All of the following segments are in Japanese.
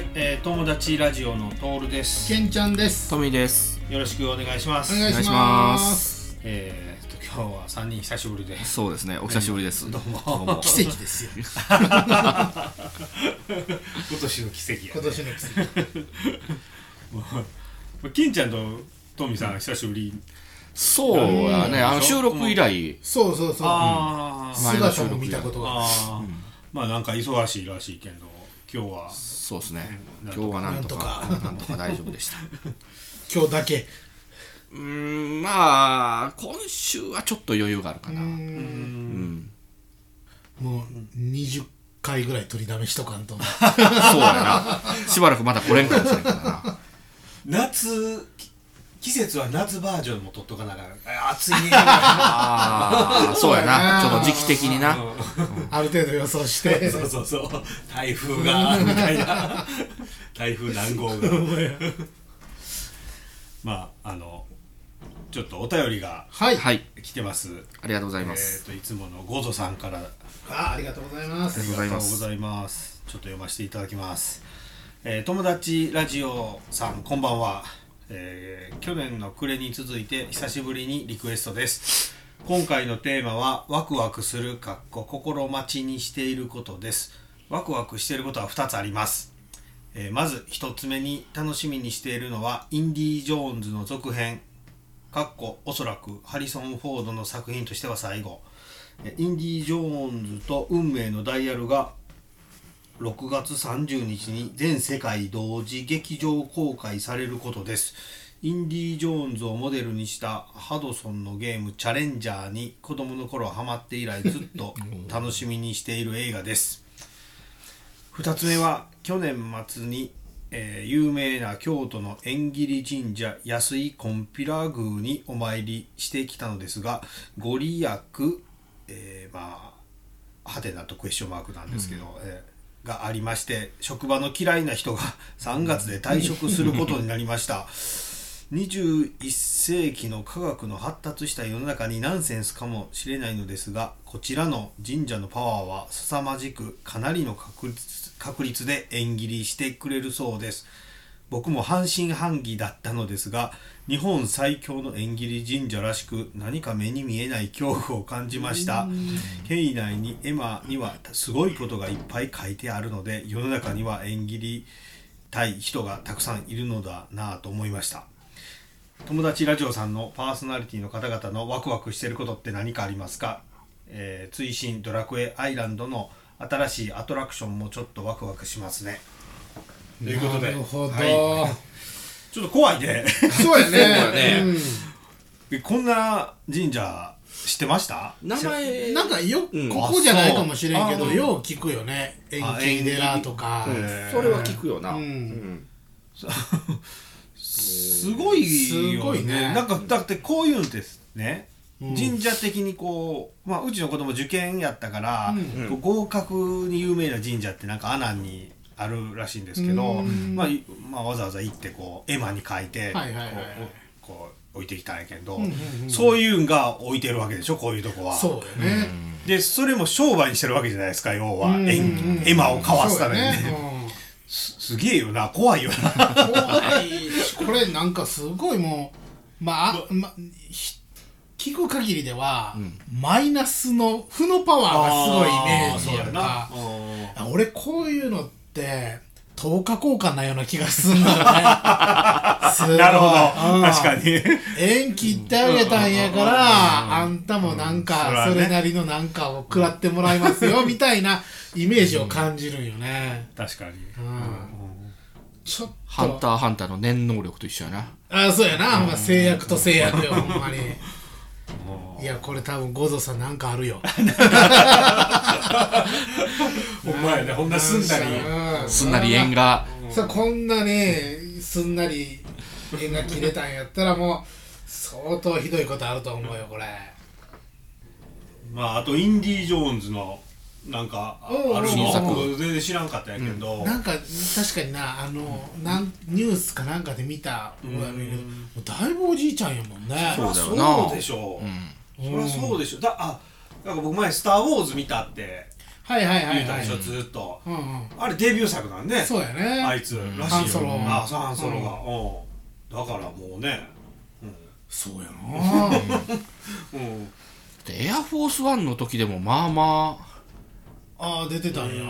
友達ラジオのトールです。 けんちゃんです。 トミーです。 よろしくお願いします。 お願いします。 今日は3人久しぶりで。 そうですね、お久しぶりです。 どうも奇跡ですよ。 今年の奇跡や、ね、 今年の奇跡。 もう金ちゃんとトミーさん久しぶり。 そうやね、収録以来。 そう。 姿も見たことが。 まあなんか忙しいらしいけど、今日は。 そうですね。今日はなんとか大丈夫でした。 今日だけ。 まあ今週はちょっと余裕があるかな。 もう20回ぐらい取りだめしとかんと。 そうやな。しばらくまだ来れんかもしれんからな。 季節は夏バージョンも撮っとかながら暑いね。 そうやな。ちょっと時期的にな。 ある程度予想して。 そう台風がみたいな。台風何号が。まあちょっとお便りが来てます。 ありがとうございます。 いつものゴゾさんから。 ありがとうございます。 ありがとうございます。ちょっと読ませていただきます。友達ラジオさんこんばんは。去年の暮れに続いて久しぶりにリクエストです。今回のテーマはワクワクする心待ちにしていることです。ワクワクしていることは2つあります。まず1つ目に楽しみにしているのはインディ・ジョーンズの続編おそらくハリソン・フォードの作品としては最後、インディ・ジョーンズと運命のダイヤルが6月30日に全世界同時劇場公開されることです。インディ・ジョーンズをモデルにしたハドソンのゲームチャレンジャーに子供の頃ハマって以来ずっと楽しみにしている映画です。2つ目は去年末に、有名な京都の縁切神社安井金毘羅宮にお参りしてきたのですが、ご利益、はてなとクエスチョンマークなんですけど、がありまして、職場の嫌いな人が3月で退職することになりました。21世紀の科学の発達した世の中にナンセンスかもしれないのですが、こちらの神社のパワーは凄まじくかなりの確率で縁切りしてくれるそうです。僕も半信半疑だったのですが、日本最強の縁切り神社らしく何か目に見えない恐怖を感じました。境内に絵馬にはすごいことがいっぱい書いてあるので、世の中には縁切りたい人がたくさんいるのだなぁと思いました。友達ラジオさんのパーソナリティの方々のワクワクしていることって何かありますか？追伸ドラクエアイランドの新しいアトラクションもちょっとワクワクしますね。ということで、 なるほど、 ちょっと怖いね。 そうやね。 こんな神社知ってました？ 名前なんかここじゃないかもしれんけど、よう聞くよね。縁切寺とか。 それは聞くよな。 すごいよね。なんかだってこういうんですね。神社的にこう、うちの子供受験やったから、合格に有名な神社ってなんか阿南にあるらしいんですけど、わざわざ行ってこう絵馬に書いてこう置いてきたんやけど、そういうんが置いてるわけでしょ、こういうとこは。 そうよね。 でそれも商売にしてるわけじゃないですか、要は絵馬を買わすためにね。すげえよな、怖いよな。 怖い。これなんかすごいもう聞く限りでは、マイナスの負のパワーがすごいイメージやんか。俺こういうのって10日交換なような気がするんだよね。 なるほど、確かに。 縁切ってあげたんやから、あんたもなんかそれなりのなんかを食らってもらいますよみたいなイメージを感じるんよね。 確かに。 ちょっとハンターハンターの念能力と一緒やな。そうやな。制約と制約よ、ほんまに。いや、これ多分ゴゾさんなんかあるよ。 ほんまやね。ほんなすんなり縁がこんなねすんなり縁が切れたんやったらもう相当ひどいことあると思うよ、これ。 あとインディ・ジョーンズのなんかあるの全然知らんかったんやけど、 なんか確かにな、ニュースかなんかで見た、だいぶおじいちゃんやもんね。 そうでしょう。そりゃそうでしょ。なんか僕前スター・ウォーズ見たってはいはいはいはい言うたでしょずっと、 うんうん、 あれデビュー作なんね。 そうやねあいつらしいよ。 ハンソロハンソロが、だからもうね、 そうやなでエアフォースワンの時でもまあまあ出てたんや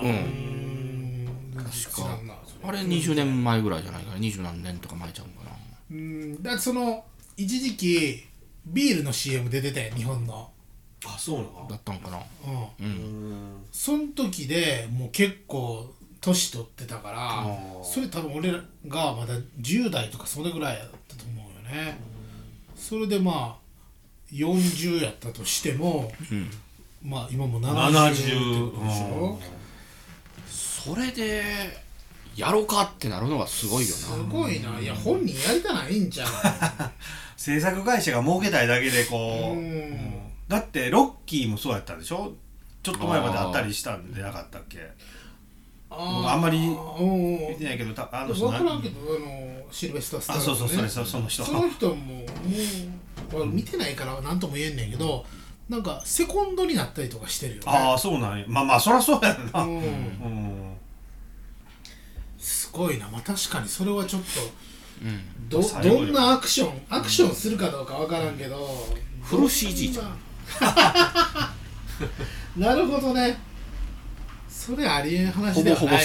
確かあれ20年前ぐらいじゃないかな、20何年とか前ちゃうかな。 だってその一時期ビールの CM 出てたよ日本の。 あ、そうなのだったんかな。 その時でもう結構年取ってたからそれ多分俺らがまだ10代とかそれぐらいだったと思うよね。それでまあ40やったとしても、まあ今も70ってことでしょ。 それでやろうかってなるのがすごいよな。 すごいな。いや本人やりたないんじゃん制作会社が儲けたいだけでこう、だってロッキーもそうやったでしょ。ちょっと前まであったりしたんでなかったっけ。あんまり見てないけど、あの人分からんけどシルベスター・スタローンね。 そうその人もう見てないから何とも言えんねんけど、なんかセコンドになったりとかしてるよね。 ああそうなんや。まあそりゃそうやな。 すごいな。まあ確かにそれはちょっと、どんなアクションするかどうか分からんけど、 フル CG じゃんなるほどね。それありえん話ではないよね。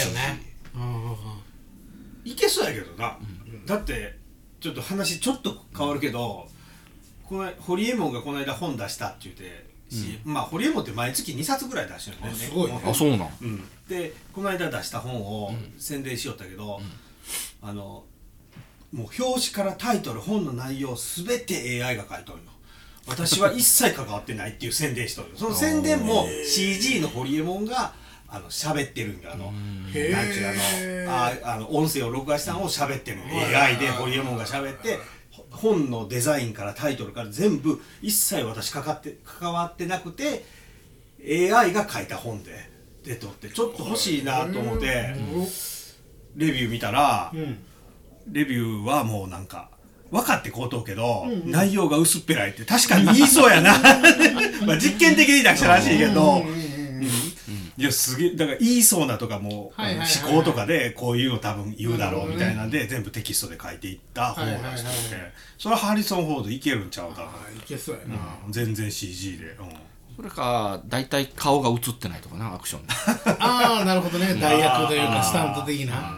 いけそうやけどな、だってちょっと話ちょっと変わるけど、ホリエモンがこの間本出したって言ってまあホリエモンって毎月2冊ぐらい出してるんだよね。 すごいね。 あ、そうなん。 でこの間出した本を宣伝しよったけど、もう表紙からタイトル本の内容すべて AI が書いとるの。私は一切関わってないっていう宣伝しとる。その宣伝も CG のホリエモンが喋ってるんだ。なんちゅう音声を録画したのを喋ってるの。AI でホリエモンが喋って本のデザインからタイトルから全部一切私関わってなくて AI が書いた本で出とって、ちょっと欲しいなと思ってレビュー見たら、レビューはもうなんか分かってこうとうけど、内容が薄っぺらいって確かに言いそうやなまあ実験的に出したらしいけど、いやすげえだから言いそうなとかも思考とかでこういうの多分言うだろうみたいなんで全部テキストで書いていった本を出してて、それはハリソン・フォードいけるんちゃう多分。 いけそうやな。 全然 CG で。 それか大体顔が映ってないとかな、アクションでああなるほどね。代役というかスタント的な。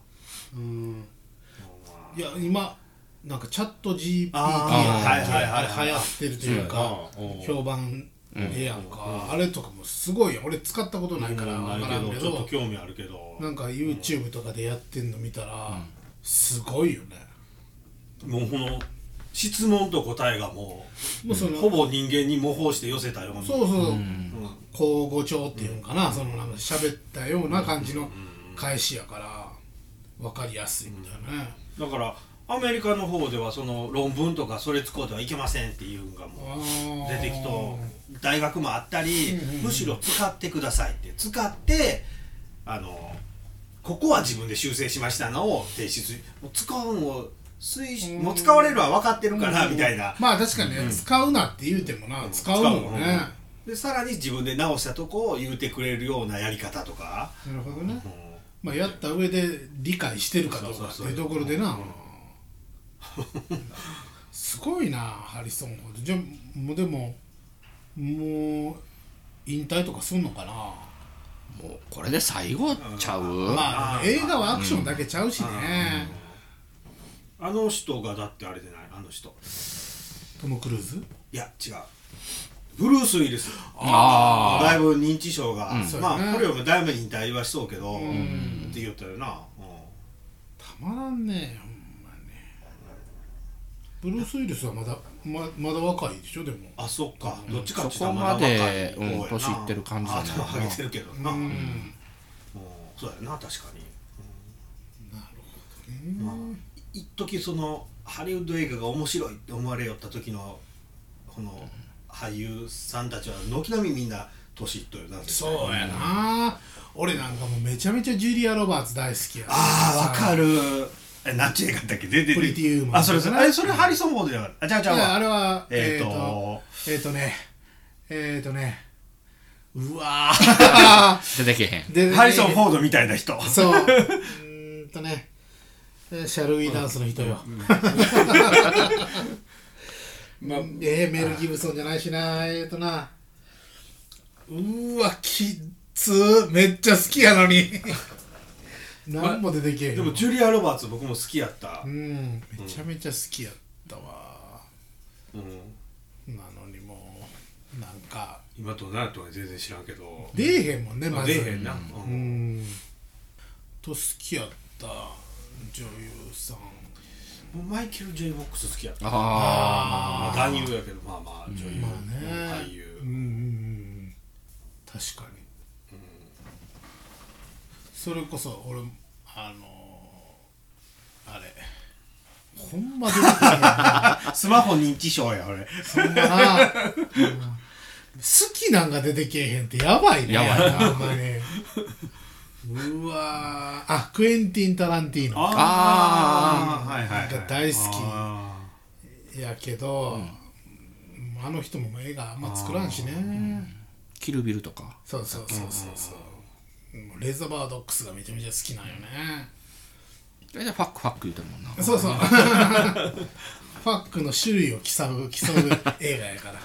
いや今なんかチャット GPT が流行ってるというか評判やんか。あれとかもすごいよ。俺使ったことないから分からんけど、 ちょっと興味あるけど、 なんか YouTube とかでやってんの見たらすごいよね。 もうこの質問と答えがもうほぼ人間に模倣して寄せたような。 そう口語調っていうんかな、そのなんか喋ったような感じの返しやから分かりやすいみたいなね。 だからアメリカの方ではその論文とかそれ使うてはいけませんっていうのがもう出てきと、大学もあったり、むしろ使ってくださいって使ってここは自分で修正しましたのを提出、もう使うんをもう使われるは分かってるからみたいな。 まあ確かにね、使うなって言うてもな、使うもんね。 でさらに自分で直したとこを言うてくれるようなやり方とか。 なるほどね。まあやった上で理解してるかどうかっていうところでな。すごいなハリソン・フォード。じゃあもうでももう引退とかすんのかな。 もうこれで最後ちゃう。 まあ映画はアクションだけちゃうしね。 あの人がだってあれでない、あの人トム・クルーズ。 いや違う、ブルース・ウィルス。だいぶ認知症が、まあこれをだいぶ引退はしそうけどって言ったよな。 たまらんねほんまに。ブルース・ウィルスはまだ若いでしょでも。 あ、そっか、どっちかってそこまで年いってる感じだな。頭上げてるけどな。そうやな、確かに。 なるほどね。 一時そのハリウッド映画が面白いって思われよった時のこの俳優さんたちは軒並みみんな年いっとるな。 そうやな。俺なんかもうめちゃめちゃジュリア・ロバーツ大好きや。 ああ、わかる。何ちゅう映画だっけ。プリティウーマン。 あ、それハリソン・フォードじゃなかった。あ、違うあれはうわー出てけへん。 でハリソン・フォードみたいな人。 そうねシャルウィーダンスの人よ、メル・ギブソンじゃないしなうーわきっつーめっちゃ好きやのに何も出てけえへんでもジュリア・ロバーツ僕も好きやった。 めちゃめちゃ好きやったわ、なのにもうなんか今どうなるとは全然知らんけど。 出えへんもんねまず。 出えへんな。 と好きやった女優さんマイケル・ J ・フォックス好きやった。 あ男優やけどまあまあ女優、俳優。 確かに、それこそ俺あれほんま出てこないスマホ認知症や俺。 そんなな、好きなんが出てけえへんってやばいね。 やばいあんまりうわークエンティン・タランティーノはいが大好きやけど、あの人も映画あんま作らんしね。 キルビルとか。 そうレザーバードックスがめちゃめちゃ好きなんよね。 大体ファック言うてるもんな。 そうファックの種類を競う映画やから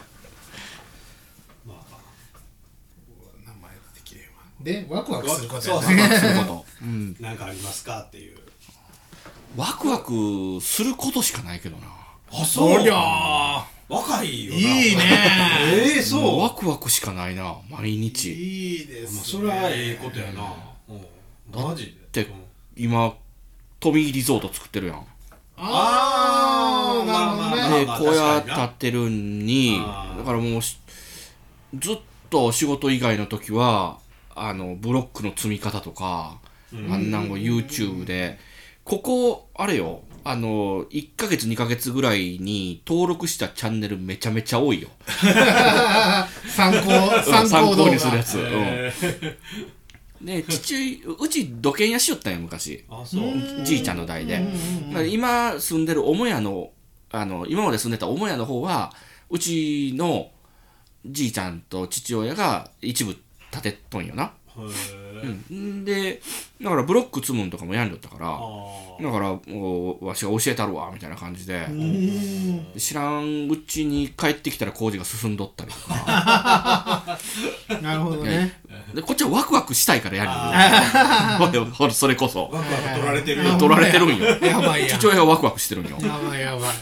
名前出てきれんわ。でワクワクすることやね。 そういうこと。 なんかありますかっていう。 ワクワクすることしかないけどな。 そうりゃ若いよな。 いいねそう。 ワクワクしかないな毎日。 いいですね。 それはええことやな。マジで。 今トミーリゾート作ってるやん。 なるほどね。 で小屋建ってるんに、だからもうずっと仕事以外の時はブロックの積み方とか、あんなんを YouTube でここあれよ、1ヶ月2ヶ月ぐらいに登録したチャンネルめちゃめちゃ多いよ。 参考にするやつ。でうち土建屋しよったんや昔。じいちゃんの代で。今住んでる母屋の今まで住んでた母屋の方はうちのじいちゃんと父親が一部建てとんよな。でだからブロック積むんとかもやんじゃったから、だからもうわしが教えたるわみたいな感じで、知らんうちに帰ってきたら工事が進んどったりとか。 なるほどね。 でこっちはワクワクしたいからやるんよ。それこそワクワク取られてるよ。 取られてるんよ。 やばいや。 父親がワクワクしてるんよ。 やばい。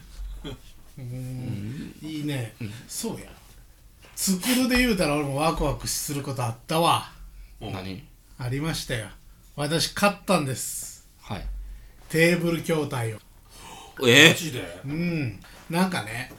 いいね。そうや。作るで言うたら俺もワクワクすることあったわ。 何？ ありましたよ。私買ったんです。 はい。 テーブル筐体を。 マジで？ なんかね、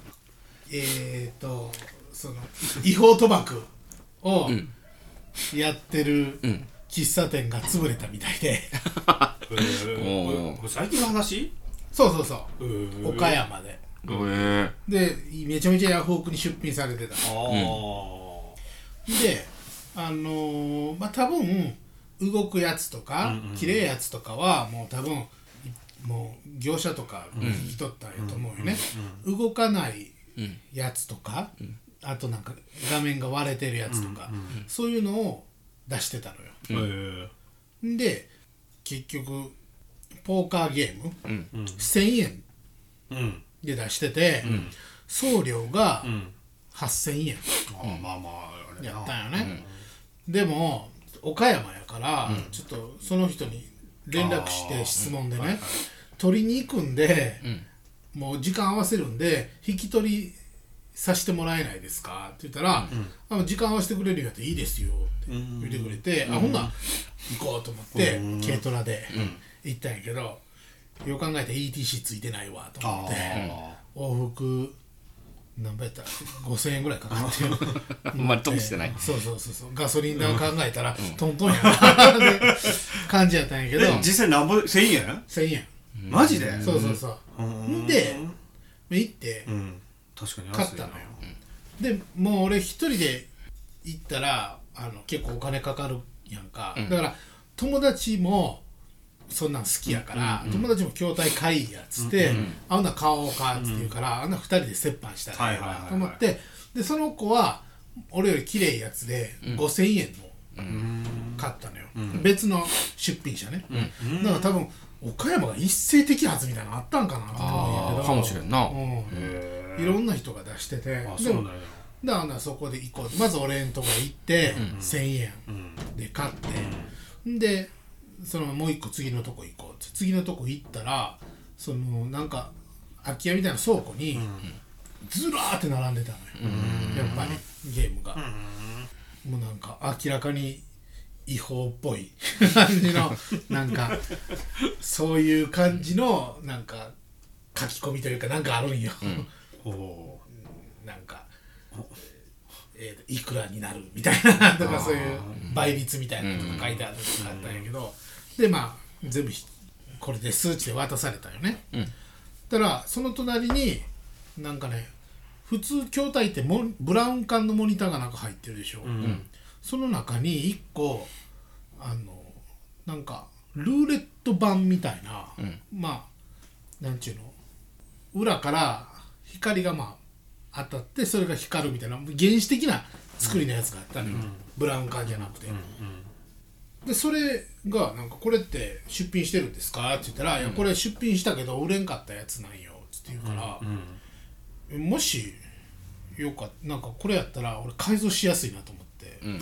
その違法賭博をやってる喫茶店が潰れたみたいで。 これ最近の話？ そう岡山で。でめちゃめちゃヤフオクに出品されてた。で多分動くやつとか綺麗やつとかはもう多分もう業者とか引き取ったんやと思うよね。動かないやつとか、あとなんか画面が割れてるやつとか、そういうのを出してたのよ。で結局ポーカーゲーム、1000円で出してて、送料が8000円やったんよね。でも岡山やから、ちょっとその人に連絡して質問でね、取りに行くんで、もう時間合わせるんで引き取りさせてもらえないですかって言ったら、時間合わせてくれるんやったらいいですよって言ってくれて、ほんなら行こうと思って軽トラで行ったんやけど、よう考えたら ETC ついてないわと思って往復何倍やったら5000円ぐらいかかってる。 あんまり得してない。 そうガソリン代を考えたらトントンやなって感じやったんやけど、 実際何ぼ1000円 1000円マジで？ そうで行って確かに買ったのよ。でもう俺一人で行ったら結構お金かかるやんか。だから友達もそんなん好きやから、友達も筐体買いやっつって、あんな買おうかっつって言うから、あんな2人で折半したらいいわと思って、でその子は俺より綺麗いやつで5000円の買ったのよ、別の出品者ね、だから多分岡山が一斉的発みたいなのあったんかなって思うんやけど、 かもしれんな、 いろんな人が出してて、 そうなんや。 だからそこで行こう、まず俺んとこ行って、1000円で買って、でそのもう一個次のとこ行こうって、次のとこ行ったらそのなんか空き家みたいな倉庫にずらーって並んでたのよ、やっぱりゲームが、もうなんか明らかに違法っぽい感じのなんかそういう感じのなんか書き込みというかなんかあるんよ、なんかいくらになるみたいなとかそういう倍率みたいなのとか書いてあるのがあったんやけど、でまあ全部これで数値で渡されたよね、だからその隣になんかね、普通筐体ってブラウン管のモニターがなんか入ってるでしょ、その中に1個なんかルーレット版みたいな、まあなんちゅうの、裏から光がまあ当たってそれが光るみたいな原始的な作りのやつがあったのよ、ブラウン管じゃなくて、でそれがなんかこれって出品してるんですかって言ったら、いやこれ出品したけど売れんかったやつなんよって言うから、もしよかったなんかこれやったら俺改造しやすいなと思って、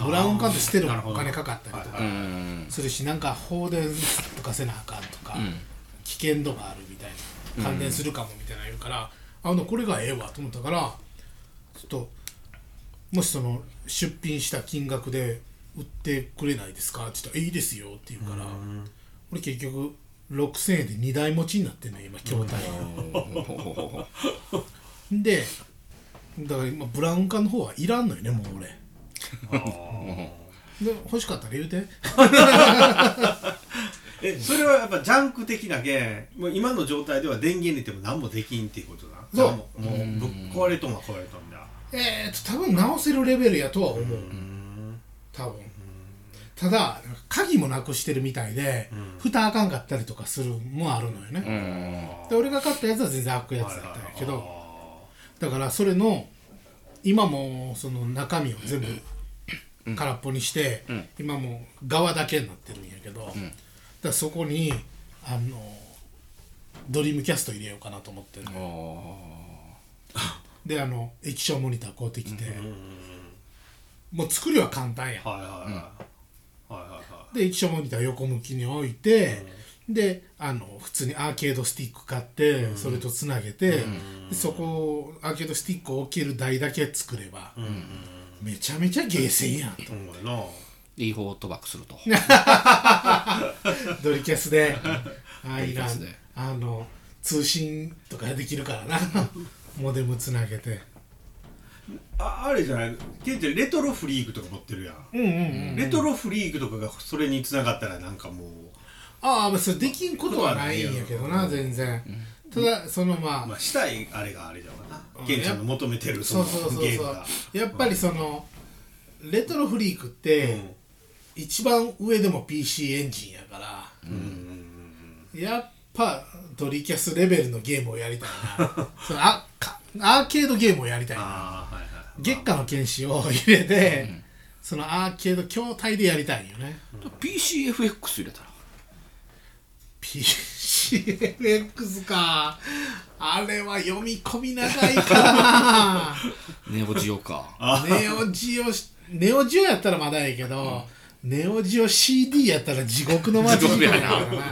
ブラウン管って捨てるのお金かかったりとかするし、なんか放電とかせなあかんとか、危険度があるみたいな、感電するかもみたいな言うから、これがええわと思ったから、ちょっともしその出品した金額で売ってくれないですかって言ったらいいですよって言うから、俺結局6000円で2台持ちになってんね今筐体で、だから今ブラウン管の方はいらんのよねもう俺で欲しかったら言うてそれはやっぱジャンク的なけん、もう今の状態では電源入れても何もできんっていうことだ。 そうもうぶっ壊れとんは壊れとんだ。 多分直せるレベルやとは思う、多分。ただ鍵もなくしてるみたいで、蓋あかんかったりとかするもあるのよね、で俺が買ったやつは全然開くやつだったんやけど、だからそれの今もその中身を全部空っぽにして、今もう側だけになってるんやけど、だからそこにドリームキャスト入れようかなと思ってるで液晶モニター買うてきて、もう作りは簡単や、で液晶モニター横向きに置いて、で普通にアーケードスティック買って、それとつなげて、でそこアーケードスティックを置ける台だけ作れば、めちゃめちゃゲーセンやんと、 いい方賭博するとドリキャスで通信とかできるからなモデムつなげて、 あれじゃない、ケンちゃんレトロフリークとか持ってるやん、レトロフリークとかがそれに繋がったらなんかもうそれできんことはないんやけどな、全然、ただそのまあしたいあれがあれだわな、ケンちゃんの求めてるそのゲームがやっぱりそのレトロフリークって、一番上でも PC エンジンやから、やっぱドリキャスレベルのゲームをやりたいなそのアーケードゲームをやりたいな、月下の剣士を入れて、そのアーケード筐体でやりたいよね、 PCFX 入れたら PCFX か、あれは読み込み長いからなネオジオかネオジオやったらまだいいけど、ネオジオ CD やったら地獄の街みたいな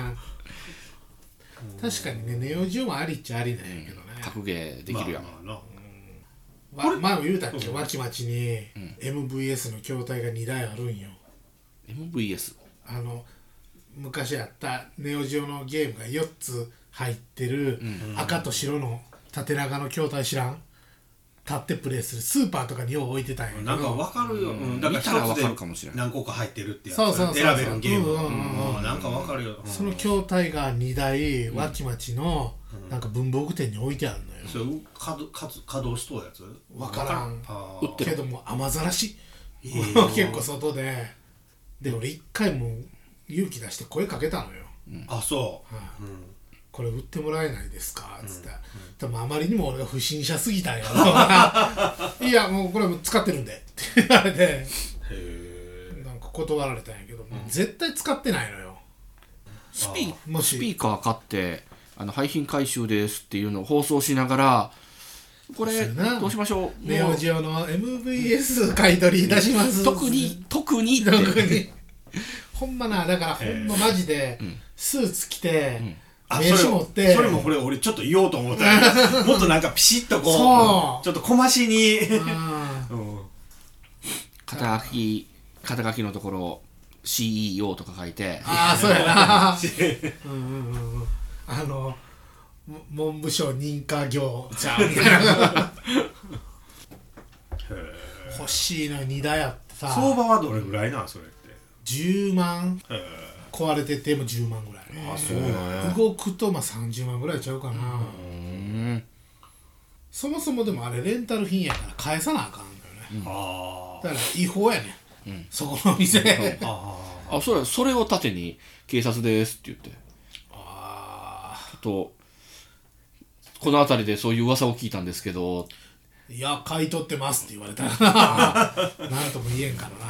確かにね、ネオジオもありっちゃありなんやけどね、 格ゲーできるやん、 前も言うたっけ、脇町に MVS の筐体が2台あるんよ。 MVS 昔あったネオジオのゲームが4つ入ってる赤と白の縦長の筐体知らん？立ってプレイするスーパーとかによう置いてたんやけど、 なんか分かるよ、だから一つで何個か入ってるってやつ選べるゲーム、なんか分かるよ、 その筐体が2台脇町のなんか文房具店に置いてあるのよ。 それ稼働しとうやつ分からんけども雨ざらし結構外で俺一回も勇気出して声かけたのよ、 あそう、 これ売ってもらえないですかっつって、多分あまりにも俺が不審者すぎたんやろいやもうこれも使ってるんでって言われてへえ。 なんか断られたんやけど、絶対使ってないのよ。もしスピーカー買って廃品回収ですっていうのを放送しながら、これどうしましょう、 ネオジオの MVS 買い取り出します特にってほんまな、だからほんまマジでスーツ着て、 あ、 名刺持ってそれもこれ俺ちょっと言おうと思ったんやけどもっとなんかピシッとこうそうちょっと小増しに肩書きのところ CEO とか書いて、 ああそうやな文部省認可業者みたいな欲しいの2台あってさ、 相場はどれぐらいなんそれって。 10万壊れてても10万ぐらい、 あ、そうなんや。 動くとまあ30万ぐらいちゃうかな。そもそもでもあれレンタル品やから返さなあかんのよね、だから違法やね、そこの店それを盾に警察ですって言って、ちょっとこの辺りでそういう噂を聞いたんですけど、 いや買い取ってますって言われたらなんとも言えんからな、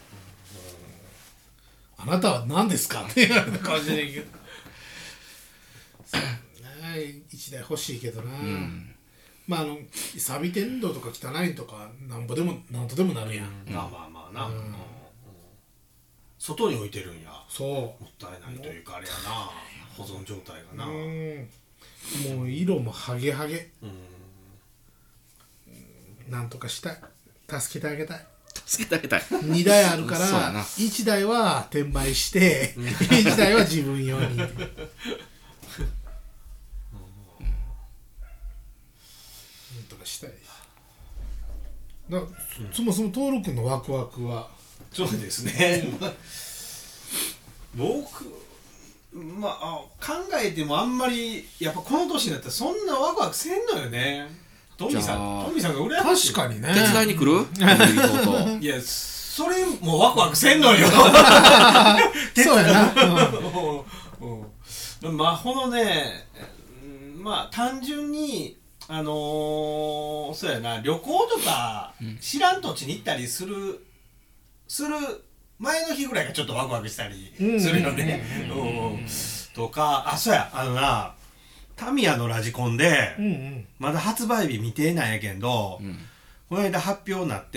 あなたは何ですかって言われたかもしれんけど1台欲しいけどな、まあ錆びてんのとか汚いとかなんとでもなるやん、 まあな、外に置いてるんや。 そうもったいないというかあれやな、保存状態がな。 もう色もハゲハゲ、なんとかしたい、助けてあげたい2台あるから1台は転売して1台は自分用になんとかしたいだ。そもそもトール君のワクワクは。 そうですね僕考えてもあんまりやっぱこの年になったらそんなワクワクせんのよね。トミーさんが羨ましい。 確かにね。 手伝いに来るいやそれもワクワクせんのよそうやな、 まあほのね、まあ単純にそうやな、旅行とか知らん土地に行ったりする前の日ぐらいがちょっとワクワクしたりするよね。とか、そうや、タミヤのラジコンで、まだ発売日未定なんやけんど、この間発表になって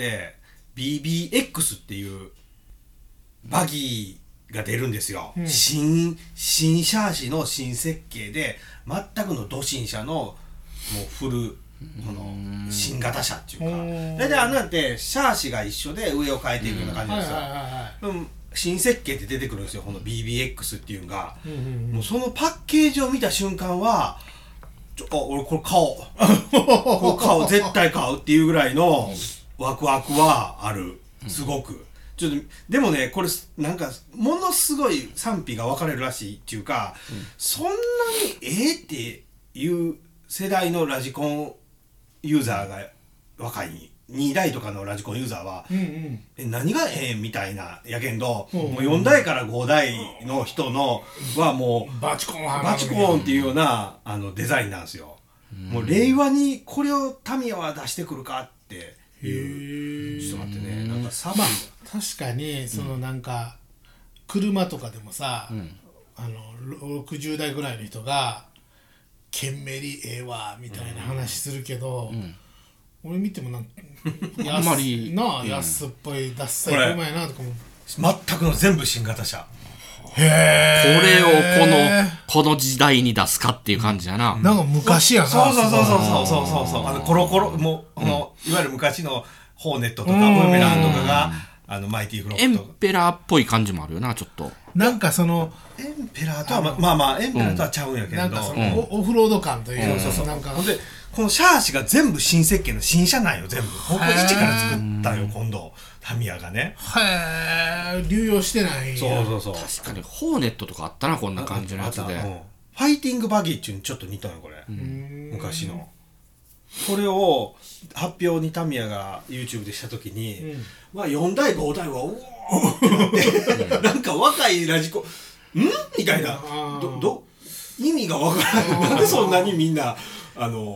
BBX っていうバギーが出るんですよ。新シャーシの新設計で全くのド新車のもうフルこの新型車っていうか、大体なんてシャーシが一緒で上を変えていくような感じですよ。新設計って出てくるんですよ、この BBX っていうのが。もうそのパッケージを見た瞬間は俺これ買おう絶対買うっていうぐらいのワクワクはある、すごく。ちょっとでもね、これなんかものすごい賛否が分かれるらしいっていうか、そんなにっていう世代のラジコンユーザーが若い2台とかのラジコンユーザーは、何がみたいなやけんど、もう4台から5台の人のはもうバチコーンっていうようなデザインなんですよ。もう令和にこれをタミヤは出してくるかっていう。ちょっと待ってね、なんかまあ確かにそのなんか車とかでもさ、60代ぐらいの人がケンメリええわみたいな話するけど、俺見てもなんかあんまり安っぽいダッサい車やなとかも。 全くの全部新型車。 これをこの時代に出すかっていう感じやな。 なんか昔やな。 そうコロコロもういわゆる昔のホーネットとかブーメランとかがマイティフロックとかエンペラーっぽい感じもあるよな、ちょっと。 なんかそのエンペラーとはまあエンペラーとはちゃうんやけど、 なんかそのオフロード感というか、なんかほんでこのシャーシが全部新設計の新車なんよ、全部ここ一から作ったよ今度タミヤがね。 流用してない。 そう確かにホーネットとかあったな、こんな感じのやつで。 ファイティングバギーっていうのにちょっと似たのよこれ、昔の。これを発表にタミヤが YouTube でした時に、まあ4台5台はおおってなってなんか若いラジコみたいな、意味がわからない。なんでそんなにみんな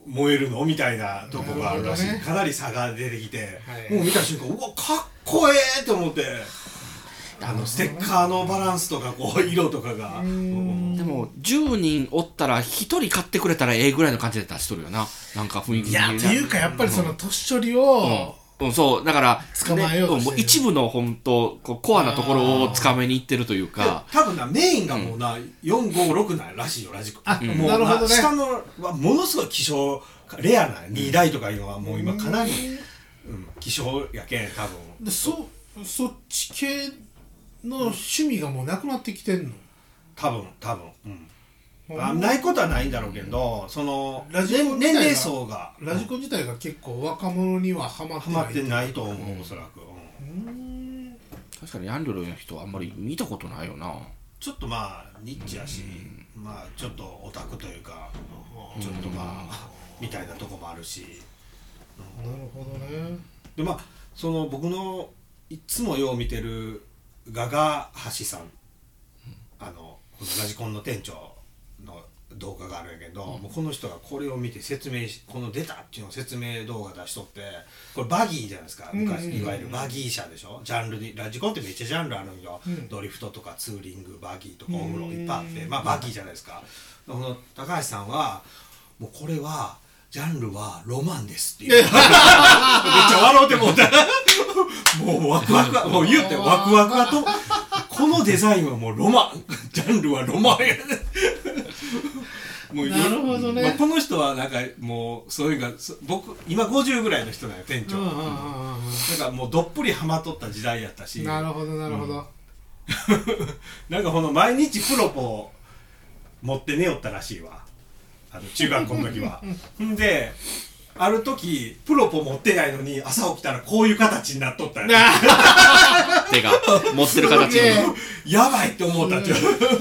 燃えるのみたいなとこがあるらしい、 なるほどねかなり差が出てきて、 はい、 もう見た瞬間うわかっこええと思って、ステッカーのバランスとかこう色とかが、 でも10人おったら1人買ってくれたらええぐらいの感じで出しとるよな、なんか雰囲気いやっていうかやっぱりその年寄りを、 そうだから捕まえようとしてる、 もう一部の本当コアなところをつかめにいってるというか、 多分なメインがもうな、456ならしいよラジコン。もうなるほどね。 下のはものすごい希少レアな2台とかいうのはもう今かなり、希少やけん多分でそっち系の趣味がもうなくなってきてんの。 多分、ないことはないんだろうけど、その年齢層がラジコン自体が結構若者にはハマってないと思う、おそらく。 確かにヤンリョロの人はあんまり見たことないよな。 ちょっとまあニッチやし、まあちょっとオタクというか、ちょっとまあみたいなとこもあるし。 なるほどね。 でまあその僕のいつもよう見てるガガ橋さん、このラジコンの店長の動画があるんやけど、もうこの人がこれを見て説明し、この出たっていうのを説明動画出しとって、これバギーじゃないですか、昔いわゆるバギー車でしょ、ジャンルにラジコンってめっちゃジャンルあるんよ、ドリフトとかツーリングバギーとかオフロいっぱいあって、まあバギーじゃないですか。この高橋さんはもうこれはジャンルはロマンですっていうめっちゃ笑うてもうたもうワクワク、もう言ってワクワクはと、このデザインはもうロマン、ジャンルはロマンやもうなるほどね、 まあ、この人はなんかもうそういうが僕今50ぐらいの人なんよ店長、だからもうどっぷりハマっとった時代やったし、 なるほどなるほど、 なんかこの毎日プロポ持って寝よったらしいわ、中学校の時はんである時プロポ持ってないのに朝起きたらこういう形になっとったよ手が持ってる形にやばいって思ったって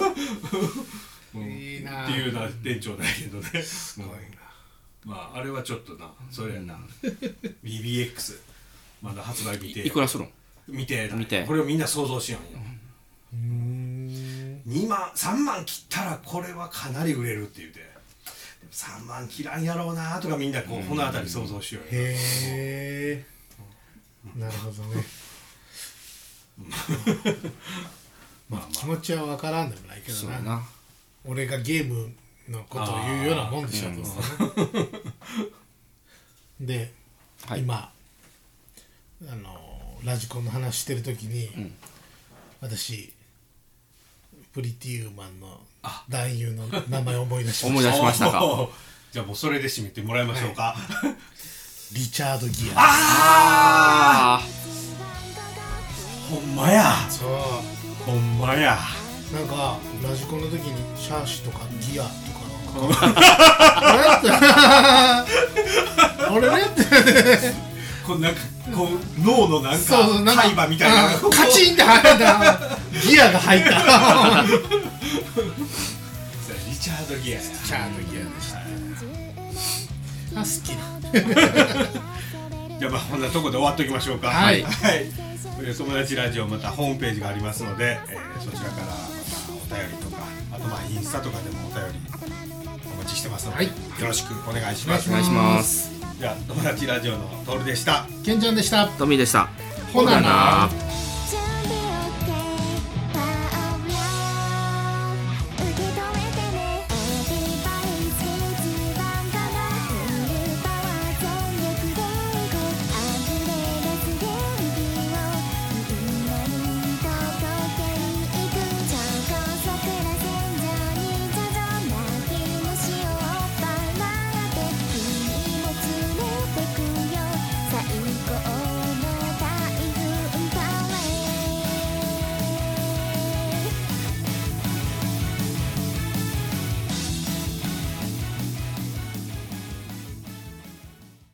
いいなっていうような店長だけどね、 すごいな。 まああれはちょっとな、それやなBBX まだ発売見ていくらするの見て見て、 これをみんな想像しようよ、2万3万切ったらこれはかなり売れるって言うて、3万切らんやろうなとかみんなこうこの辺り想像しようよ。 へえ、なるほどね。まあ気持ちは分からんでもないけどな。 そうやな、 俺がゲームのことを言うようなもんでしょ、で、 はい、 今ラジコンの話してる時に、私プリティウーマンの男優の名前を思い出しました。 思い出しましたか。 じゃあもうそれで締めてもらいましょうか、 リチャード・ギア。 あほんまや、 そうほんまや、 なんかラジコンの時にシャーシとかギアとかあれねってこうなんかこう脳のなんそうそう、なんかか海馬みたいなカチンって入ったギアが入ったリチャードギアや、 リチャードギアでした、好きじゃあまあこんなとこで終わっておきましょうか。 はい友達ラジオまたホームページがありますので、そちらからまたお便りとか、あとまあインスタとかでもお便りお待ちしてますので、 はい、 よろしくお願いします。 お願いします。 じゃあ友達ラジオのトールでした。 ケンちゃんでした。 トミーでした。 ほなな。